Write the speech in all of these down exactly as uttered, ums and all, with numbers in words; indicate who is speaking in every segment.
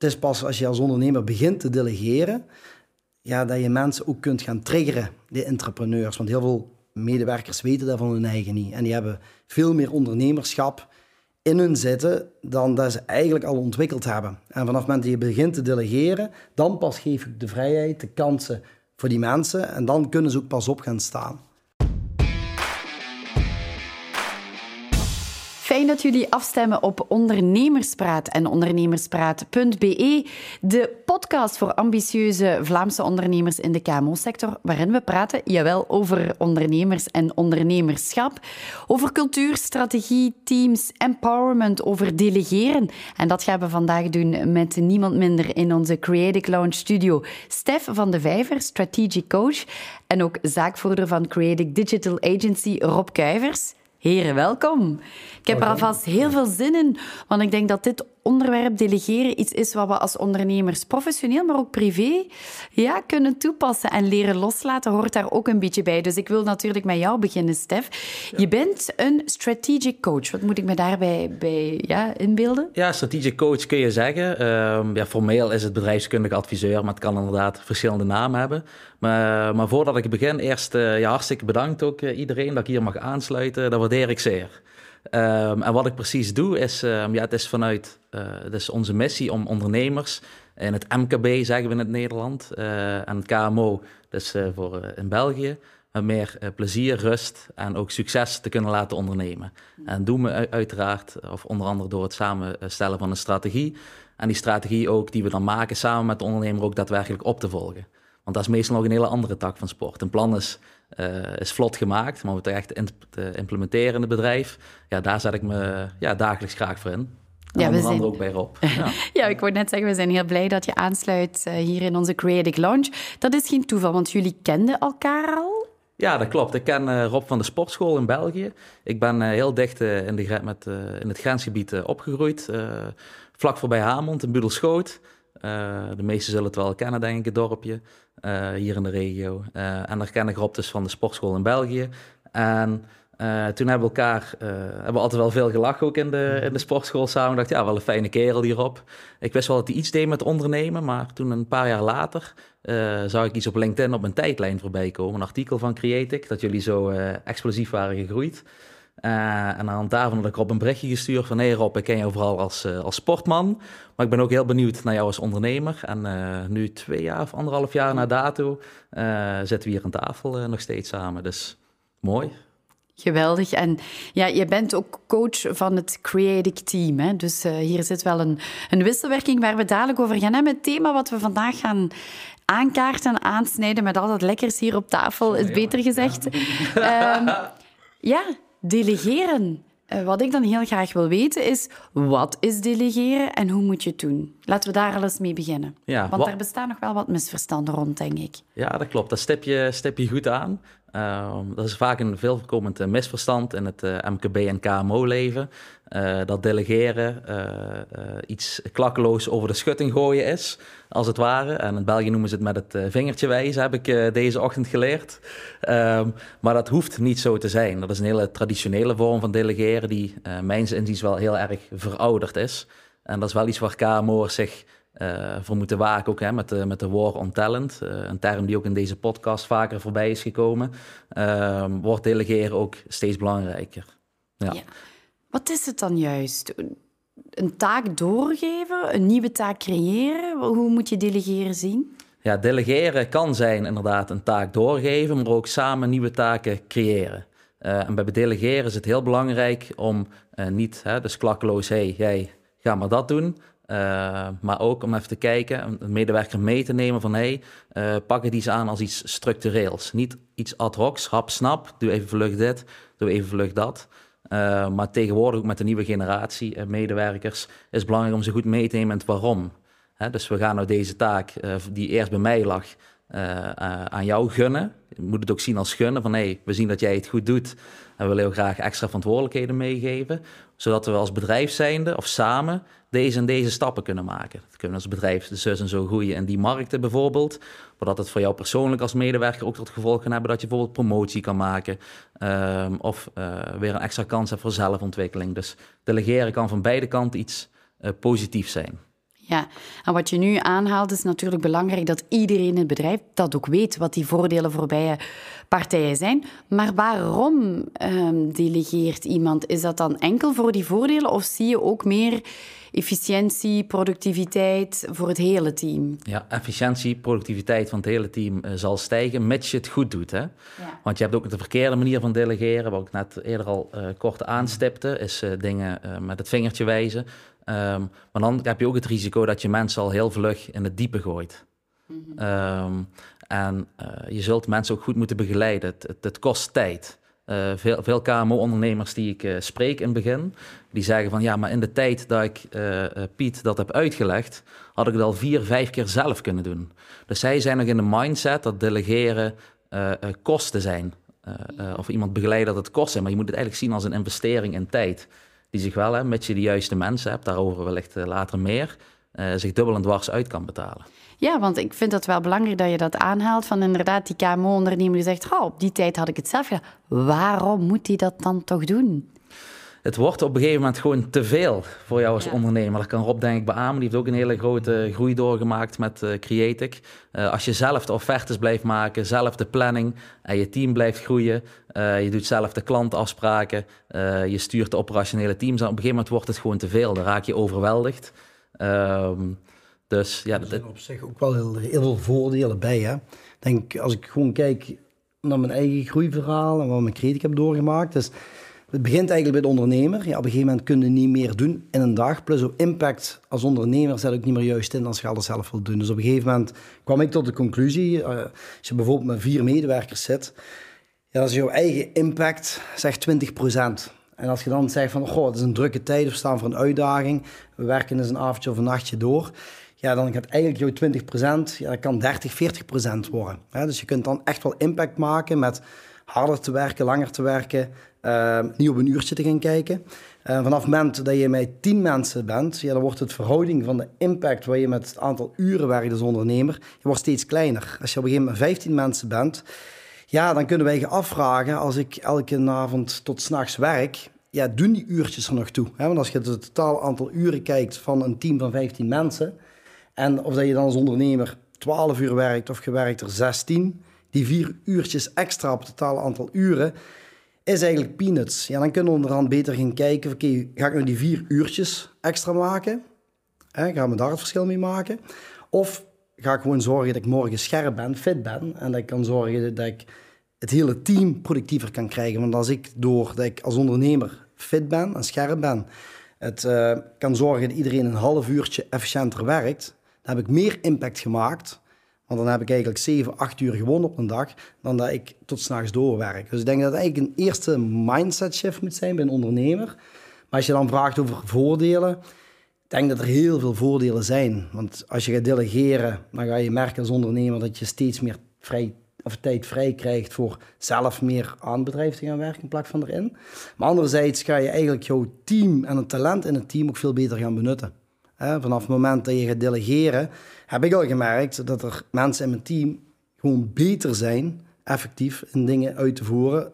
Speaker 1: is pas als je als ondernemer begint te delegeren, ja, dat je mensen ook kunt gaan triggeren, die entrepreneurs. Want heel veel medewerkers weten dat van hun eigen niet. En die hebben veel meer ondernemerschap in hun zitten dan dat ze eigenlijk al ontwikkeld hebben. En vanaf het moment dat je begint te delegeren, dan pas geef ik de vrijheid, de kansen voor die mensen. En dan kunnen ze ook pas op gaan staan.
Speaker 2: Fijn dat jullie afstemmen op Ondernemerspraat en ondernemerspraat punt b e, de podcast voor ambitieuze Vlaamse ondernemers in de K M O-sector, waarin we praten, jawel, over ondernemers en ondernemerschap, over cultuur, strategie, teams, empowerment, over delegeren. En dat gaan we vandaag doen met niemand minder in onze Creative Lounge studio. Stef van de Vijver, strategic coach, en ook zaakvoerder van Creative Digital Agency, Rob Kuijvers. Heren, welkom. Ik heb er alvast heel veel zin in, want ik denk dat dit onderwerp delegeren iets is wat we als ondernemers professioneel, maar ook privé, ja, kunnen toepassen. En leren loslaten hoort daar ook een beetje bij. Dus ik wil natuurlijk met jou beginnen, Stef. Ja. Je bent een strategic coach. Wat moet ik me daarbij bij, ja, inbeelden?
Speaker 3: Ja, strategic coach kun je zeggen. Uh, ja, formeel is het bedrijfskundig adviseur, maar het kan inderdaad verschillende namen hebben. Maar, maar voordat ik begin, eerst uh, ja, hartstikke bedankt ook uh, iedereen dat ik hier mag aansluiten. Dat waardeer ik zeer. Um, en wat ik precies doe, is, um, ja, het is vanuit uh, het is onze missie om ondernemers in het M K B, zeggen we in het Nederland, uh, en het K M O, dus uh, voor uh, in België, met meer uh, plezier, rust en ook succes te kunnen laten ondernemen. En doen we uiteraard, of onder andere door het samenstellen van een strategie. En die strategie ook, die we dan maken, samen met de ondernemer ook daadwerkelijk op te volgen. Want dat is meestal nog een hele andere tak van sport. Een plan is, uh, is vlot gemaakt, maar om het echt in te implementeren in het bedrijf, ja, daar zet ik me ja, dagelijks graag voor in. En
Speaker 2: ja,
Speaker 3: onder
Speaker 2: we
Speaker 3: andere
Speaker 2: zijn...
Speaker 3: ook bij Rob. Ja.
Speaker 2: ja, ik wou net zeggen, we zijn heel blij dat je aansluit uh, hier in onze Creative Lounge. Dat is geen toeval, want jullie kenden elkaar al?
Speaker 3: Ja, dat klopt. Ik ken uh, Rob van de sportschool in België. Ik ben uh, heel dicht uh, in, de, met, uh, in het grensgebied uh, opgegroeid. Uh, vlak voorbij Hamond, in Budelschoot. Uh, de meesten zullen het wel kennen, denk ik, het dorpje. Uh, hier in de regio. Uh, en daar ken ik Rob dus van de sportschool in België. En uh, toen hebben we elkaar, uh, hebben we altijd wel veel gelachen ook in de, in de sportschool samen. Ik dacht, ja, wel een fijne kerel die Rob. Ik wist wel dat hij iets deed met ondernemen, maar toen een paar jaar later uh, zag ik iets op LinkedIn op mijn tijdlijn voorbij komen. Een artikel van Creative, dat jullie zo uh, explosief waren gegroeid. Uh, en aan daarvan had ik Rob een berichtje gestuurd van... Hé hey Rob, ik ken jou vooral als, uh, als sportman, maar ik ben ook heel benieuwd naar jou als ondernemer. En uh, nu twee jaar of anderhalf jaar na dato uh, zitten we hier aan tafel uh, nog steeds samen. Dus mooi.
Speaker 2: Geweldig. En ja, je bent ook coach van het Creative Team. Hè? Dus uh, hier zit wel een, een wisselwerking waar we dadelijk over gaan hebben. Het thema wat we vandaag gaan aankaarten en aansnijden met al dat lekkers hier op tafel, is beter gezegd. Ja, um, ja delegeren. Uh, wat ik dan heel graag wil weten is, wat is delegeren en hoe moet je het doen? Laten we daar alles mee beginnen. Ja, Want wat... er bestaan nog wel wat misverstanden rond, denk ik.
Speaker 3: Ja, dat klopt. Dat stip je, stip je goed aan. Uh, dat is vaak een veel voorkomend uh, misverstand in het uh, M K B en K M O-leven. Uh, dat delegeren uh, uh, iets klakkeloos over de schutting gooien is, als het ware. En in België noemen ze het met het uh, vingertje wijzen, heb ik uh, deze ochtend geleerd. Um, maar dat hoeft niet zo te zijn. Dat is een hele traditionele vorm van delegeren die uh, mijns inziens wel heel erg verouderd is. En dat is wel iets waar K M O'ers zich uh, voor moeten waken, ook hè, met, de, met de war on talent. Uh, een term die ook in deze podcast vaker voorbij is gekomen. Uh, wordt delegeren ook steeds belangrijker. Ja.
Speaker 2: Ja. Wat is het dan juist? Een taak doorgeven? Een nieuwe taak creëren? Hoe moet je delegeren zien?
Speaker 3: Ja, delegeren kan zijn inderdaad een taak doorgeven, maar ook samen nieuwe taken creëren. Uh, en bij delegeren is het heel belangrijk om uh, niet, hè, dus klakkeloos, hé, hey, jij ga maar dat doen. Uh, maar ook om even te kijken, een medewerker mee te nemen van hé, hey, uh, pak het iets aan als iets structureels. Niet iets ad hocs, hap, snap, doe even vlug dit, doe even vlug dat. Uh, maar tegenwoordig ook met de nieuwe generatie uh, medewerkers is het belangrijk om ze goed mee te nemen in het waarom. Hè, dus we gaan nou deze taak uh, die eerst bij mij lag uh, uh, aan jou gunnen. Je moet het ook zien als gunnen van hé, hey, we zien dat jij het goed doet en we willen jou graag extra verantwoordelijkheden meegeven. Zodat we als bedrijf zijnde of samen deze en deze stappen kunnen maken. Dat kunnen we als bedrijf dus en zo groeien in die markten bijvoorbeeld. Maar dat het voor jou persoonlijk als medewerker ook tot gevolg kan hebben dat je bijvoorbeeld promotie kan maken. Um, of uh, weer een extra kans hebt voor zelfontwikkeling. Dus delegeren kan van beide kanten iets uh, positiefs zijn.
Speaker 2: Ja, en wat je nu aanhaalt is natuurlijk belangrijk dat iedereen in het bedrijf dat ook weet, wat die voordelen voor beide partijen zijn. Maar waarom um, delegeert iemand? Is dat dan enkel voor die voordelen of zie je ook meer efficiëntie, productiviteit voor het hele team?
Speaker 3: Ja, efficiëntie, productiviteit van het hele team uh, zal stijgen, mits je het goed doet. Hè? Ja. Want je hebt ook de verkeerde manier van delegeren, wat ik net eerder al uh, kort aanstipte, is uh, dingen uh, met het vingertje wijzen. Um, maar dan heb je ook het risico dat je mensen al heel vlug in het diepe gooit. Mm-hmm. Um, en uh, je zult mensen ook goed moeten begeleiden. Het, het, het kost tijd. Uh, veel, veel K M O-ondernemers die ik uh, spreek in het begin, die zeggen van ja, maar in de tijd dat ik uh, uh, Piet dat heb uitgelegd, had ik het al vier, vijf keer zelf kunnen doen. Dus zij zijn nog in de mindset dat delegeren uh, uh, kosten zijn. Uh, uh, of iemand begeleiden dat het kost zijn, maar je moet het eigenlijk zien als een investering in tijd. Die zich wel, hè, met je de juiste mensen hebt, daarover wellicht uh, later meer, uh, zich dubbel en dwars uit kan betalen.
Speaker 2: Ja, want ik vind het wel belangrijk dat je dat aanhaalt. Van inderdaad, die K M O-ondernemer die zegt, oh, op die tijd had ik het zelf gedaan. Waarom moet hij dat dan toch doen?
Speaker 3: Het wordt op een gegeven moment gewoon te veel voor jou als ja. ondernemer. Dat kan Rob denk ik beamen. Die heeft ook een hele grote groei doorgemaakt met uh, Creatic. Uh, als je zelf de offertes blijft maken, zelf de planning en je team blijft groeien. Uh, je doet zelf de klantafspraken. Uh, je stuurt de operationele teams. En op een gegeven moment wordt het gewoon te veel. Dan raak je overweldigd. Uh, dus, ja,
Speaker 1: er zijn op zich ook wel heel, heel veel voordelen bij. Hè? Denk, als ik gewoon kijk naar mijn eigen groeiverhaal en wat mijn Creatic heb doorgemaakt. Dus het begint eigenlijk bij de ondernemer. Ja, op een gegeven moment kun je niet meer doen in een dag. Plus op impact als ondernemer zet ik niet meer juist in als je alles zelf wil doen. Dus op een gegeven moment kwam ik tot de conclusie, uh, als je bijvoorbeeld met vier medewerkers zit, ja, dat is jouw eigen impact, zeg twintig procent. En als je dan zegt van, goh, het is een drukke tijd, we staan voor een uitdaging, we werken eens een avondje of een nachtje door, ja, dan gaat eigenlijk jouw twintig procent, ja, dat kan dertig, veertig procent worden. Ja, dus je kunt dan echt wel impact maken met harder te werken, langer te werken, uh, niet op een uurtje te gaan kijken. Uh, vanaf het moment dat je met tien mensen bent, ja, dan wordt het verhouding van de impact waar je met het aantal uren werkt als ondernemer, je wordt steeds kleiner. Als je op een gegeven moment met vijftien mensen bent, ja, dan kunnen wij je afvragen, als ik elke avond tot 's nachts werk, ja, doen die uurtjes er nog toe? Hè? Want als je het totaal aantal uren kijkt van een team van vijftien mensen, en of dat je dan als ondernemer twaalf uur werkt of je werkt er zestien, die vier uurtjes extra op het totale aantal uren, is eigenlijk peanuts. Ja, dan kunnen we onderhand beter gaan kijken, oké, okay, ga ik nou die vier uurtjes extra maken? Hè, gaan we daar het verschil mee maken? Of ga ik gewoon zorgen dat ik morgen scherp ben, fit ben, en dat ik kan zorgen dat ik het hele team productiever kan krijgen. Want als ik, doordat ik als ondernemer fit ben en scherp ben, het uh, kan zorgen dat iedereen een half uurtje efficiënter werkt, dan heb ik meer impact gemaakt. Want dan heb ik eigenlijk zeven, acht uur gewonnen op een dag, dan dat ik tot 's nachts doorwerk. Dus ik denk dat het eigenlijk een eerste mindset shift moet zijn bij een ondernemer. Maar als je dan vraagt over voordelen, ik denk dat er heel veel voordelen zijn. Want als je gaat delegeren, dan ga je merken als ondernemer dat je steeds meer vrij, of tijd vrij krijgt voor zelf meer aan het bedrijf te gaan werken in plaats van erin. Maar anderzijds ga je eigenlijk jouw team en het talent in het team ook veel beter gaan benutten. He, vanaf het moment dat je gaat delegeren, heb ik al gemerkt dat er mensen in mijn team gewoon beter zijn, effectief, in dingen uit te voeren,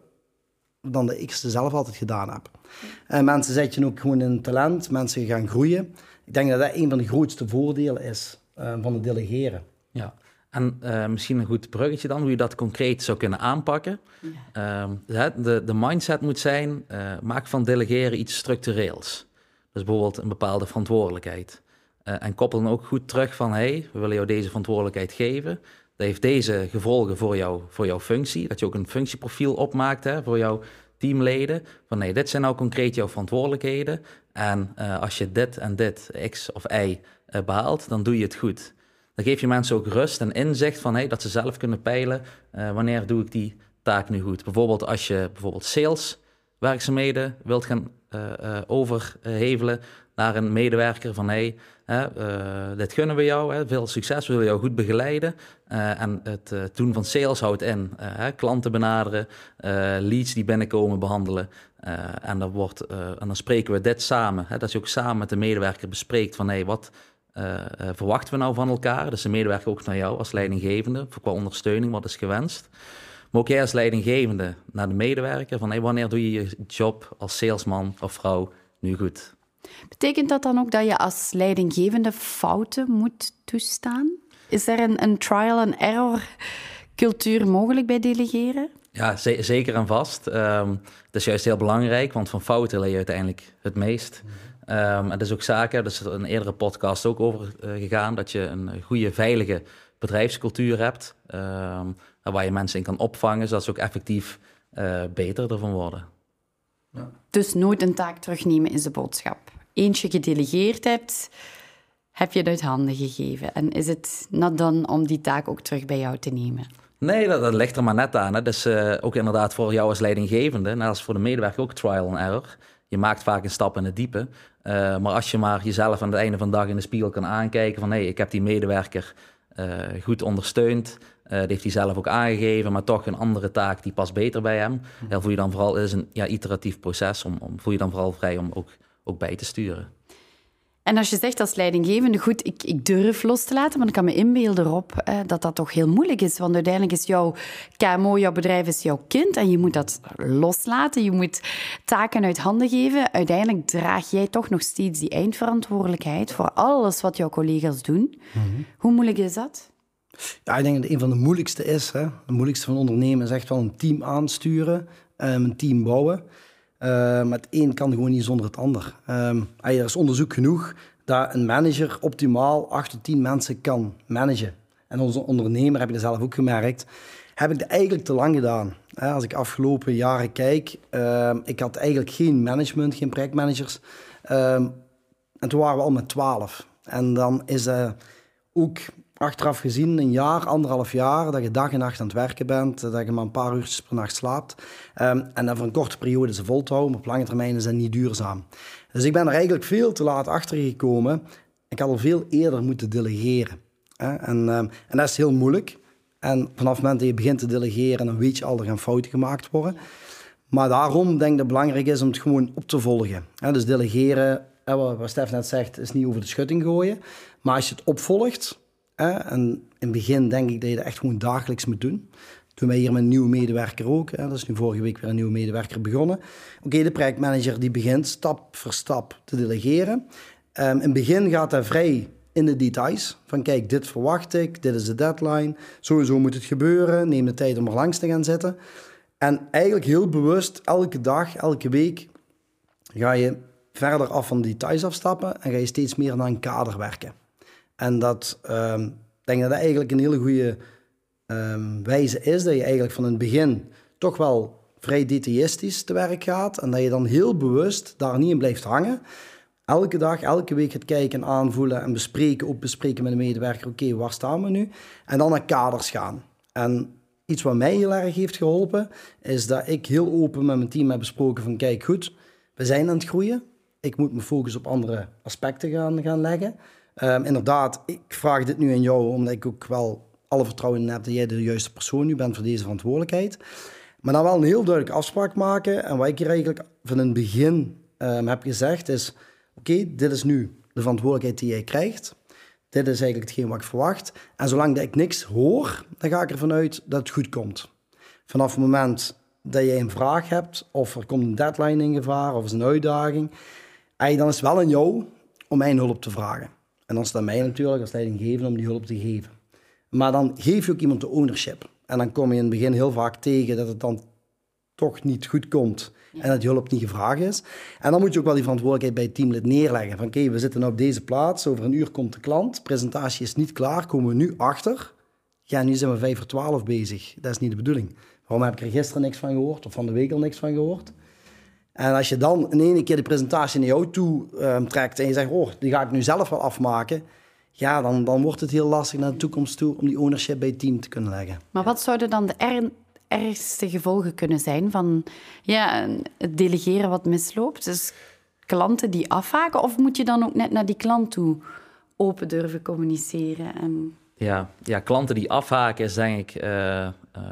Speaker 1: dan dat ik ze zelf altijd gedaan heb. En mensen zet je ook gewoon in talent, mensen gaan groeien. Ik denk dat dat een van de grootste voordelen is uh, van het delegeren.
Speaker 3: Ja, en uh, misschien een goed bruggetje dan, hoe je dat concreet zou kunnen aanpakken. Ja. Uh, de, de mindset moet zijn, uh, maak van delegeren iets structureels. Dus bijvoorbeeld een bepaalde verantwoordelijkheid. Uh, en koppel dan ook goed terug van, hey, we willen jou deze verantwoordelijkheid geven. Dat heeft deze gevolgen voor, jou, voor jouw functie. Dat je ook een functieprofiel opmaakt, hè, voor jouw teamleden. Van nee, dit zijn nou concreet jouw verantwoordelijkheden. En uh, als je dit en dit, X of Y, uh, behaalt, dan doe je het goed. Dan geef je mensen ook rust en inzicht van, hey, dat ze zelf kunnen peilen, uh, wanneer doe ik die taak nu goed. Bijvoorbeeld als je bijvoorbeeld saleswerkzaamheden wilt gaan uh, uh, overhevelen naar een medewerker van, hey, uh, dit gunnen we jou, hè, veel succes, we willen jou goed begeleiden. Uh, en het uh, doen van sales houdt in uh, hè, klanten benaderen, uh, leads die binnenkomen behandelen. Uh, en, dan wordt, uh, en dan spreken we dit samen. Hè, dat je ook samen met de medewerker bespreekt van, hey, wat uh, uh, verwachten we nou van elkaar? Dus de medewerker ook naar jou als leidinggevende, voor qua ondersteuning, wat is gewenst. Maar ook jij als leidinggevende naar de medewerker van, hey, wanneer doe je je job als salesman of vrouw nu goed?
Speaker 2: Betekent dat dan ook dat je als leidinggevende fouten moet toestaan? Is er een, een trial-and-error cultuur mogelijk bij delegeren?
Speaker 3: Ja, z- zeker en vast. Um, het is juist heel belangrijk, want van fouten leer je uiteindelijk het meest. Um, en dat is ook zaken, daar is er een eerdere podcast ook over uh, gegaan, dat je een goede, veilige bedrijfscultuur hebt, um, waar je mensen in kan opvangen, zodat ze ook effectief uh, beter ervan worden.
Speaker 2: Ja. Dus nooit een taak terugnemen is de boodschap. Eentje gedelegeerd hebt, heb je het uit handen gegeven. En is het not done om die taak ook terug bij jou te nemen?
Speaker 3: Nee, dat, dat ligt er maar net aan. Hè. Dus uh, ook inderdaad voor jou als leidinggevende, net als voor de medewerker ook trial and error. Je maakt vaak een stap in het diepe. Uh, maar als je maar jezelf aan het einde van de dag in de spiegel kan aankijken van hé, hey, ik heb die medewerker uh, goed ondersteund. Uh, dat heeft hij zelf ook aangegeven, maar toch een andere taak die past beter bij hem. Ja, voel je dan vooral, het is een ja, iteratief proces, om, om, voel je dan vooral vrij om ook, ook bij te sturen.
Speaker 2: En als je zegt als leidinggevende, goed, ik, ik durf los te laten, maar dan kan me inbeelden erop eh, dat dat toch heel moeilijk is. Want uiteindelijk is jouw K M O, jouw bedrijf is jouw kind en je moet dat loslaten. Je moet taken uit handen geven. Uiteindelijk draag jij toch nog steeds die eindverantwoordelijkheid voor alles wat jouw collega's doen. Mm-hmm. Hoe moeilijk is dat?
Speaker 1: Ja, ik denk dat een van de moeilijkste is. Hè. De moeilijkste van ondernemen is echt wel een team aansturen, um, een team bouwen. Uh, maar het een kan gewoon niet zonder het ander. Um, er is onderzoek genoeg dat een manager optimaal acht tot tien mensen kan managen. En als ondernemer, heb ik dat zelf ook gemerkt, heb ik dat eigenlijk te lang gedaan. Uh, als ik afgelopen jaren kijk, uh, ik had eigenlijk geen management, geen projectmanagers. Uh, en toen waren we al met twaalf. En dan is uh, ook achteraf gezien een jaar, anderhalf jaar, dat je dag en nacht aan het werken bent, dat je maar een paar uurtjes per nacht slaapt. Um, en dat voor een korte periode ze vol te houden, maar op lange termijn is dat niet duurzaam. Dus ik ben er eigenlijk veel te laat achter gekomen. Ik had al veel eerder moeten delegeren. Hè? En, um, en dat is heel moeilijk. En vanaf het moment dat je begint te delegeren, dan weet je al, er gaan fouten gemaakt worden. Maar daarom denk ik dat het belangrijk is om het gewoon op te volgen. Hè? Dus delegeren, wat Stef net zegt, is niet over de schutting gooien. Maar als je het opvolgt, en in het begin denk ik dat je dat echt gewoon dagelijks moet doen. Doen wij hier met een nieuwe medewerker ook. Dat is nu vorige week weer een nieuwe medewerker begonnen. Oké, okay, de projectmanager die begint stap voor stap te delegeren. Um, in het begin gaat hij vrij in de details. Van kijk, dit verwacht ik, dit is de deadline. Sowieso moet het gebeuren. Neem de tijd om er langs te gaan zitten. En eigenlijk heel bewust, elke dag, elke week, ga je verder af van de details afstappen en ga je steeds meer naar een kader werken. En dat, um, ik denk dat dat eigenlijk een hele goede um, wijze is, dat je eigenlijk van het begin toch wel vrij detailistisch te werk gaat en dat je dan heel bewust daar niet in blijft hangen. Elke dag, elke week gaat kijken en aanvoelen en bespreken, ook bespreken met de medewerker, oké, okay, waar staan we nu? En dan naar kaders gaan. En iets wat mij heel erg heeft geholpen, is dat ik heel open met mijn team heb besproken van, kijk goed, we zijn aan het groeien. Ik moet mijn focus op andere aspecten gaan, gaan leggen. Um, inderdaad, ik vraag dit nu aan jou, omdat ik ook wel alle vertrouwen in heb dat jij de juiste persoon nu bent voor deze verantwoordelijkheid. Maar dan wel een heel duidelijke afspraak maken. En wat ik hier eigenlijk van in het begin um, heb gezegd is, oké, okay, dit is nu de verantwoordelijkheid die jij krijgt. Dit is eigenlijk hetgeen wat ik verwacht. En zolang dat ik niks hoor, dan ga ik ervan uit dat het goed komt. Vanaf het moment dat jij een vraag hebt, of er komt een deadline in gevaar, of is een uitdaging, dan is het wel aan jou om mijn hulp te vragen. En dan is het aan mij natuurlijk als leidinggevende om die hulp te geven. Maar dan geef je ook iemand de ownership. En dan kom je in het begin heel vaak tegen dat het dan toch niet goed komt. Ja. En dat je hulp niet gevraagd is. En dan moet je ook wel die verantwoordelijkheid bij het teamlid neerleggen. Van oké, okay, we zitten nou op deze plaats. Over een uur komt de klant. De presentatie is niet klaar. Komen we nu achter? Ja, nu zijn we vijf voor twaalf bezig. Dat is niet de bedoeling. Waarom heb ik er gisteren niks van gehoord? Of van de week al niks van gehoord? En als je dan in één keer de presentatie naar jou toe um, trekt en je zegt, oh, die ga ik nu zelf wel afmaken, ja, dan, dan wordt het heel lastig naar de toekomst toe om die ownership bij het team te kunnen leggen.
Speaker 2: Maar wat zouden dan de er, ergste gevolgen kunnen zijn van ja, het delegeren wat misloopt? Dus klanten die afhaken, of moet je dan ook net naar die klant toe open durven communiceren? En...
Speaker 3: Ja, ja, klanten die afhaken is denk ik Uh, uh...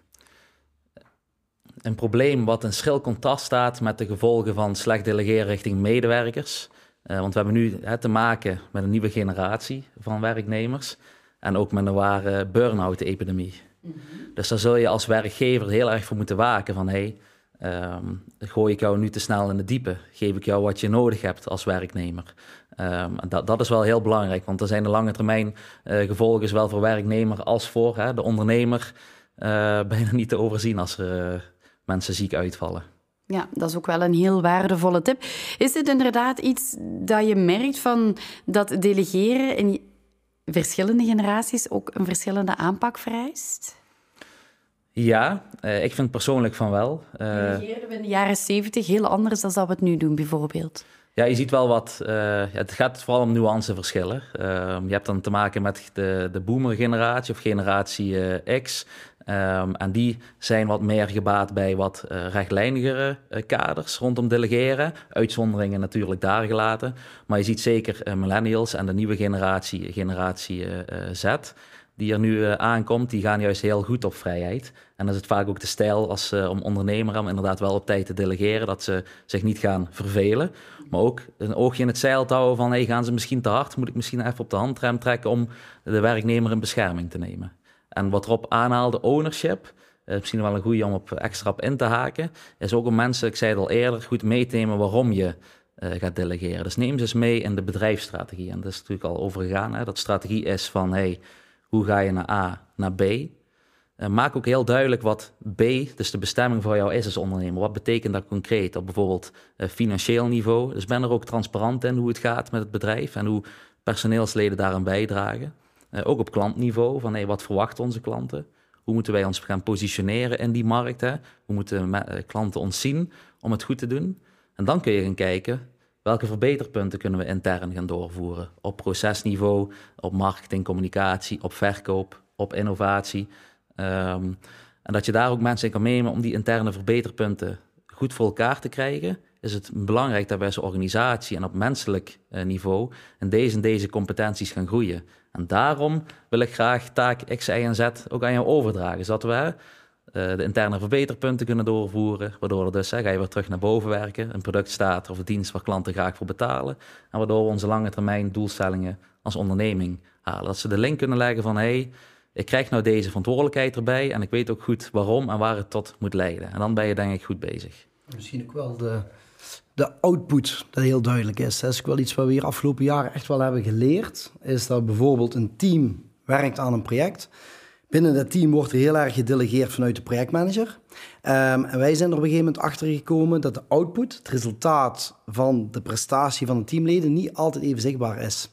Speaker 3: een probleem wat in schril contrast staat met de gevolgen van slecht delegeren richting medewerkers. Uh, want we hebben nu hè, te maken met een nieuwe generatie van werknemers en ook met een ware burn-out-epidemie. Mm-hmm. Dus daar zul je als werkgever heel erg voor moeten waken van hey, Um, gooi ik jou nu te snel in de diepe? Geef ik jou wat je nodig hebt als werknemer? Um, dat, dat is wel heel belangrijk, want er zijn de lange termijn uh, gevolgen zowel voor werknemer als voor hè, de ondernemer uh, bijna niet te overzien als er uh, mensen ziek uitvallen.
Speaker 2: Ja, dat is ook wel een heel waardevolle tip. Is het inderdaad iets dat je merkt van dat delegeren in verschillende generaties ook een verschillende aanpak vereist?
Speaker 3: Ja, uh, ik vind persoonlijk van wel. Uh,
Speaker 2: Delegeerden we in de jaren zeventig heel anders dan dat we het nu doen, bijvoorbeeld? Ja,
Speaker 3: je ziet wel wat... Uh, ja, het gaat vooral om nuanceverschillen. Uh, je hebt dan te maken met de, de boomer-generatie of generatie uh, X. Um, en die zijn wat meer gebaat bij wat uh, rechtlijnigere uh, kaders rondom delegeren. Uitzonderingen natuurlijk daar gelaten. Maar je ziet zeker uh, millennials en de nieuwe generatie, generatie uh, uh, Z... die er nu uh, aankomt, die gaan juist heel goed op vrijheid. En dan is het vaak ook de stijl als, uh, om ondernemer om inderdaad wel op tijd te delegeren, dat ze zich niet gaan vervelen. Maar ook een oogje in het zeil te houden van, hey, gaan ze misschien te hard? Moet ik misschien even op de handrem trekken om de werknemer in bescherming te nemen? En wat Rob aanhaalde, ownership, uh, misschien wel een goede om op extra op in te haken, is ook om mensen, ik zei het al eerder, goed mee te nemen waarom je uh, gaat delegeren. Dus neem ze eens mee in de bedrijfsstrategie. En dat is natuurlijk al overgegaan, hè, dat strategie is van, hey, hoe ga je naar A, naar B? Uh, maak ook heel duidelijk wat B, dus de bestemming voor jou is als ondernemer. Wat betekent dat concreet op bijvoorbeeld uh, financieel niveau? Dus ben er ook transparant in hoe het gaat met het bedrijf en hoe personeelsleden daaraan bijdragen. Uh, ook op klantniveau, van hey, wat verwachten onze klanten? Hoe moeten wij ons gaan positioneren in die markt? Hè? Hoe moeten me- uh, klanten ons zien om het goed te doen? En dan kun je gaan kijken, welke verbeterpunten kunnen we intern gaan doorvoeren? Op procesniveau, op marketing, communicatie, op verkoop, op innovatie. Um, en dat je daar ook mensen in kan meenemen om die interne verbeterpunten goed voor elkaar te krijgen, is het belangrijk dat wij als organisatie en op menselijk uh, niveau in deze en deze competenties gaan groeien. En daarom wil ik graag taak X, Y en Z ook aan jou overdragen, zodat we uh, de interne verbeterpunten kunnen doorvoeren, waardoor er dus, hè, ga je weer terug naar boven werken, een product staat of een dienst waar klanten graag voor betalen, en waardoor we onze lange termijn doelstellingen als onderneming halen. Dat ze de link kunnen leggen van, hey, ik krijg nou deze verantwoordelijkheid erbij en ik weet ook goed waarom en waar het tot moet leiden. En dan ben je denk ik goed bezig.
Speaker 1: Misschien ook wel de, de output, dat heel duidelijk is. Dat is ook wel iets wat we hier afgelopen jaren echt wel hebben geleerd. Is dat bijvoorbeeld een team werkt aan een project. Binnen dat team wordt er heel erg gedelegeerd vanuit de projectmanager. Um, en wij zijn er op een gegeven moment achter gekomen dat de output, het resultaat van de prestatie van de teamleden, niet altijd even zichtbaar is.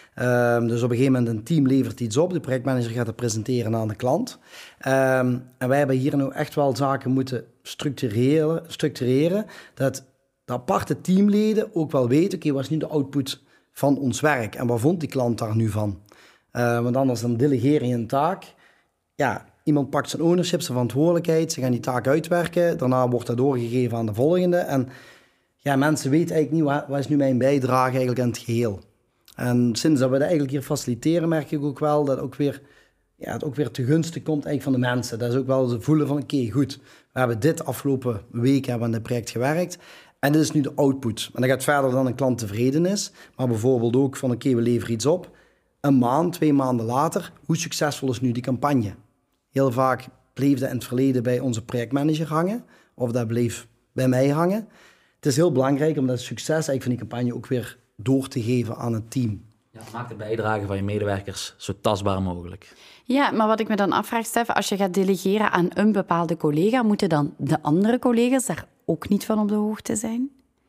Speaker 1: Um, dus op een gegeven moment een team levert iets op, de projectmanager gaat het presenteren aan de klant. Um, en wij hebben hier nu echt wel zaken moeten structureren, structureren dat de aparte teamleden ook wel weten, oké, okay, wat is nu de output van ons werk en wat vond die klant daar nu van? Uh, want anders dan delegeer je een taak. Ja, iemand pakt zijn ownership, zijn verantwoordelijkheid, ze gaan die taak uitwerken, daarna wordt dat doorgegeven aan de volgende. En ja, mensen weten eigenlijk niet, wat, wat is nu mijn bijdrage eigenlijk aan het geheel? En sinds dat we dat eigenlijk hier faciliteren, merk ik ook wel dat ook weer, ja, het ook weer te gunsten komt eigenlijk van de mensen. Dat is ook wel ze voelen van, oké, okay, goed, we hebben dit afgelopen week hebben we aan dit project gewerkt en dit is nu de output. En dat gaat verder dan een klant tevreden is, maar bijvoorbeeld ook van, oké, okay, we leveren iets op. Een maand, twee maanden later, hoe succesvol is nu die campagne? Heel vaak bleef dat in het verleden bij onze projectmanager hangen, of dat bleef bij mij hangen. Het is heel belangrijk om dat succes eigenlijk van die campagne ook weer door te geven aan het team.
Speaker 3: Ja, maak de bijdrage van je medewerkers zo tastbaar mogelijk.
Speaker 2: Ja, maar wat ik me dan afvraag, Stef, als je gaat delegeren aan een bepaalde collega, moeten dan de andere collega's daar ook niet van op de hoogte zijn?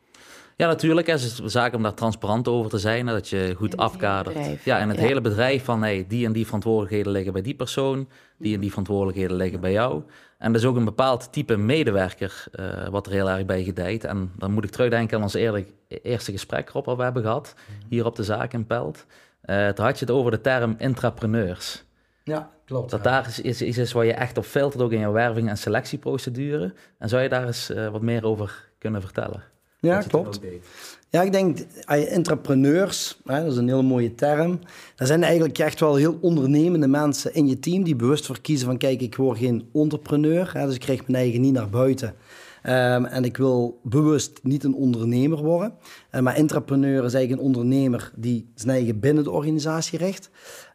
Speaker 3: Ja, natuurlijk. Het is een zaak om daar transparant over te zijn, dat je goed afkadert. Ja, in het ja. hele bedrijf van hey, die en die verantwoordelijkheden liggen bij die persoon, die en die verantwoordelijkheden liggen bij jou. En er is ook een bepaald type medewerker uh, wat er heel erg bij gedijt. En dan moet ik terugdenken aan ons eerder, eerste gesprek erop wat we hebben gehad, hier op de zaak in Pelt. Uh, toen had je het over de term intrapreneurs.
Speaker 1: Ja, klopt.
Speaker 3: Dat
Speaker 1: ja.
Speaker 3: daar is, is, is, is waar je echt op filtert, ook in jouw werving- en selectieprocedure. En zou je daar eens uh, wat meer over kunnen vertellen?
Speaker 1: Ja, klopt. Ja, ik denk, intrapreneurs, hè, dat is een hele mooie term. Dat zijn eigenlijk echt wel heel ondernemende mensen in je team die bewust voor kiezen van, kijk, ik word geen entrepreneur, hè, dus ik krijg mijn eigen niet naar buiten. Um, en ik wil bewust niet een ondernemer worden. Uh, maar intrapreneur is eigenlijk een ondernemer die zijn eigen binnen de organisatie richt.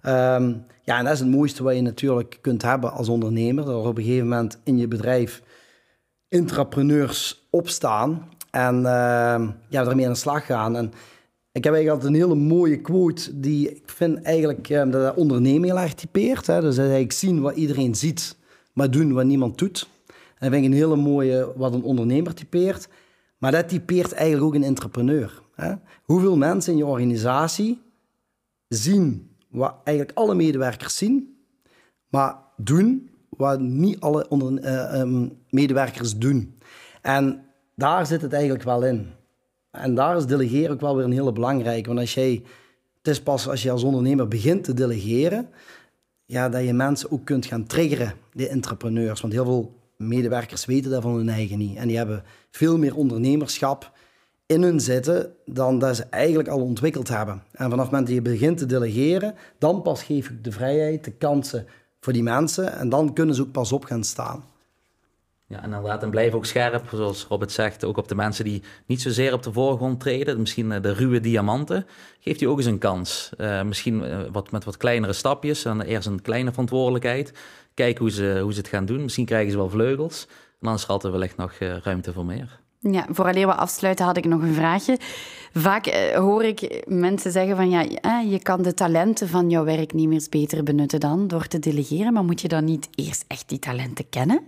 Speaker 1: Um, ja, en dat is het mooiste wat je natuurlijk kunt hebben als ondernemer. Dat er op een gegeven moment in je bedrijf intrapreneurs opstaan en uh, ja, daarmee aan de slag gaan. En ik heb eigenlijk altijd een hele mooie quote die ik vind eigenlijk uh, dat dat ondernemen heel erg typeert. Hè? Dus eigenlijk zien wat iedereen ziet, maar doen wat niemand doet. En dat vind ik een hele mooie wat een ondernemer typeert. Maar dat typeert eigenlijk ook een entrepreneur. Hè? Hoeveel mensen in je organisatie zien wat eigenlijk alle medewerkers zien, maar doen wat niet alle onder, uh, um, medewerkers doen. En daar zit het eigenlijk wel in. En daar is delegeren ook wel weer een hele belangrijke. Want als jij, het is pas als je als ondernemer begint te delegeren, ja, dat je mensen ook kunt gaan triggeren, die entrepreneurs. Want heel veel medewerkers weten dat van hun eigen niet. En die hebben veel meer ondernemerschap in hun zitten dan dat ze eigenlijk al ontwikkeld hebben. En vanaf het moment dat je begint te delegeren, dan pas geef je de vrijheid, de kansen voor die mensen. En dan kunnen ze ook pas op gaan staan.
Speaker 3: Ja, inderdaad. En blijf ook scherp, zoals Robert zegt, ook op de mensen die niet zozeer op de voorgrond treden. Misschien de ruwe diamanten. Geeft die ook eens een kans. Uh, misschien uh, wat, met wat kleinere stapjes. En eerst een kleine verantwoordelijkheid. Kijken hoe ze, hoe ze het gaan doen. Misschien krijgen ze wel vleugels. En dan is er altijd wellicht nog uh, ruimte voor meer.
Speaker 2: Ja, vooraleer we afsluiten had ik nog een vraagje. Vaak uh, hoor ik mensen zeggen van ja, uh, je kan de talenten van jouw werknemers beter benutten dan door te delegeren. Maar moet je dan niet eerst echt die talenten kennen?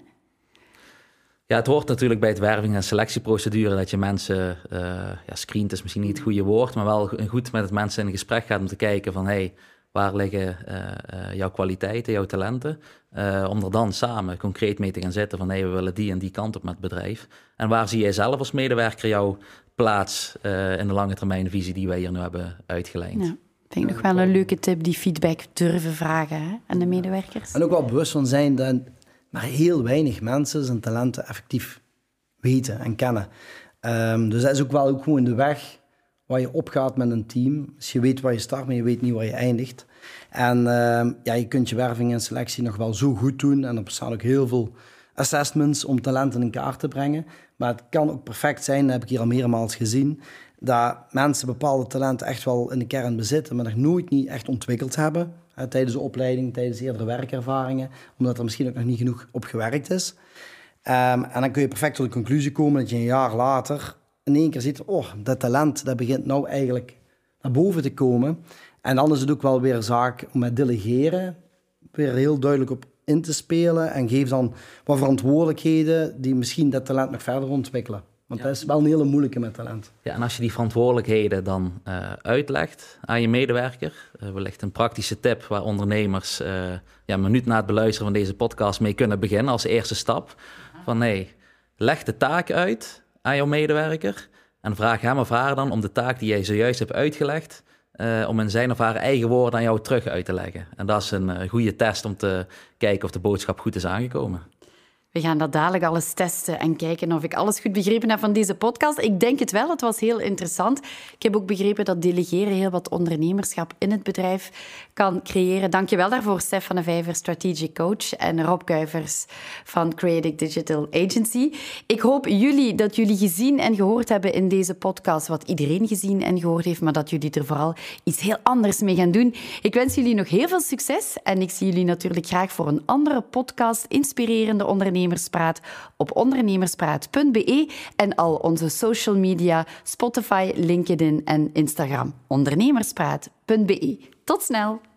Speaker 3: Ja, het hoort natuurlijk bij het werving- en selectieprocedure dat je mensen uh, ja, screent, is misschien niet het goede woord, maar wel goed met het mensen in gesprek gaat om te kijken van hey, waar liggen uh, uh, jouw kwaliteiten, jouw talenten, uh, om er dan samen concreet mee te gaan zitten van hey, we willen die en die kant op met het bedrijf. En waar zie jij zelf als medewerker jouw plaats uh, in de lange termijnvisie die wij hier nu hebben uitgelijnd?
Speaker 2: Ja. Vind ik nog wel een leuke tip, die feedback durven vragen hè, aan de medewerkers.
Speaker 1: En ook wel bewust van zijn dat maar heel weinig mensen zijn talenten effectief weten en kennen. Um, dus dat is ook wel ook gewoon de weg waar je opgaat met een team. Dus je weet waar je start, maar je weet niet waar je eindigt. En um, ja, je kunt je werving en selectie nog wel zo goed doen. En er bestaan ook heel veel assessments om talenten in kaart te brengen. Maar het kan ook perfect zijn, dat heb ik hier al meermaals gezien, dat mensen bepaalde talenten echt wel in de kern bezitten, maar nog nooit niet echt ontwikkeld hebben. Hè, tijdens de opleiding, tijdens eerdere werkervaringen, omdat er misschien ook nog niet genoeg op gewerkt is. Um, en dan kun je perfect tot de conclusie komen dat je een jaar later in één keer ziet, oh, dat talent dat begint nou eigenlijk naar boven te komen. En dan is het ook wel weer zaak om met delegeren weer heel duidelijk op in te spelen en geef dan wat verantwoordelijkheden die misschien dat talent nog verder ontwikkelen. Want ja. Dat is wel een hele moeilijke met talent.
Speaker 3: Ja, en als je die verantwoordelijkheden dan uh, uitlegt aan je medewerker, uh, wellicht een praktische tip waar ondernemers uh, ja, een minuut na het beluisteren van deze podcast mee kunnen beginnen als eerste stap. Van nee, leg de taak uit aan jouw medewerker en vraag hem of haar dan om de taak die jij zojuist hebt uitgelegd, Uh, om in zijn of haar eigen woorden aan jou terug uit te leggen. En dat is een uh, goede test om te kijken of de boodschap goed is aangekomen.
Speaker 2: We gaan dat dadelijk alles testen en kijken of ik alles goed begrepen heb van deze podcast. Ik denk het wel, het was heel interessant. Ik heb ook begrepen dat delegeren heel wat ondernemerschap in het bedrijf kan creëren. Dank je wel daarvoor, Stefan Vijver, Strategic Coach, en Rob Kuivers van Creative Digital Agency. Ik hoop jullie dat jullie gezien en gehoord hebben in deze podcast wat iedereen gezien en gehoord heeft, maar dat jullie er vooral iets heel anders mee gaan doen. Ik wens jullie nog heel veel succes en ik zie jullie natuurlijk graag voor een andere podcast, Inspirerende Ondernemers Ondernemerspraat op ondernemerspraat punt b e en al onze social media, Spotify, LinkedIn en Instagram. ondernemerspraat punt b e. Tot snel!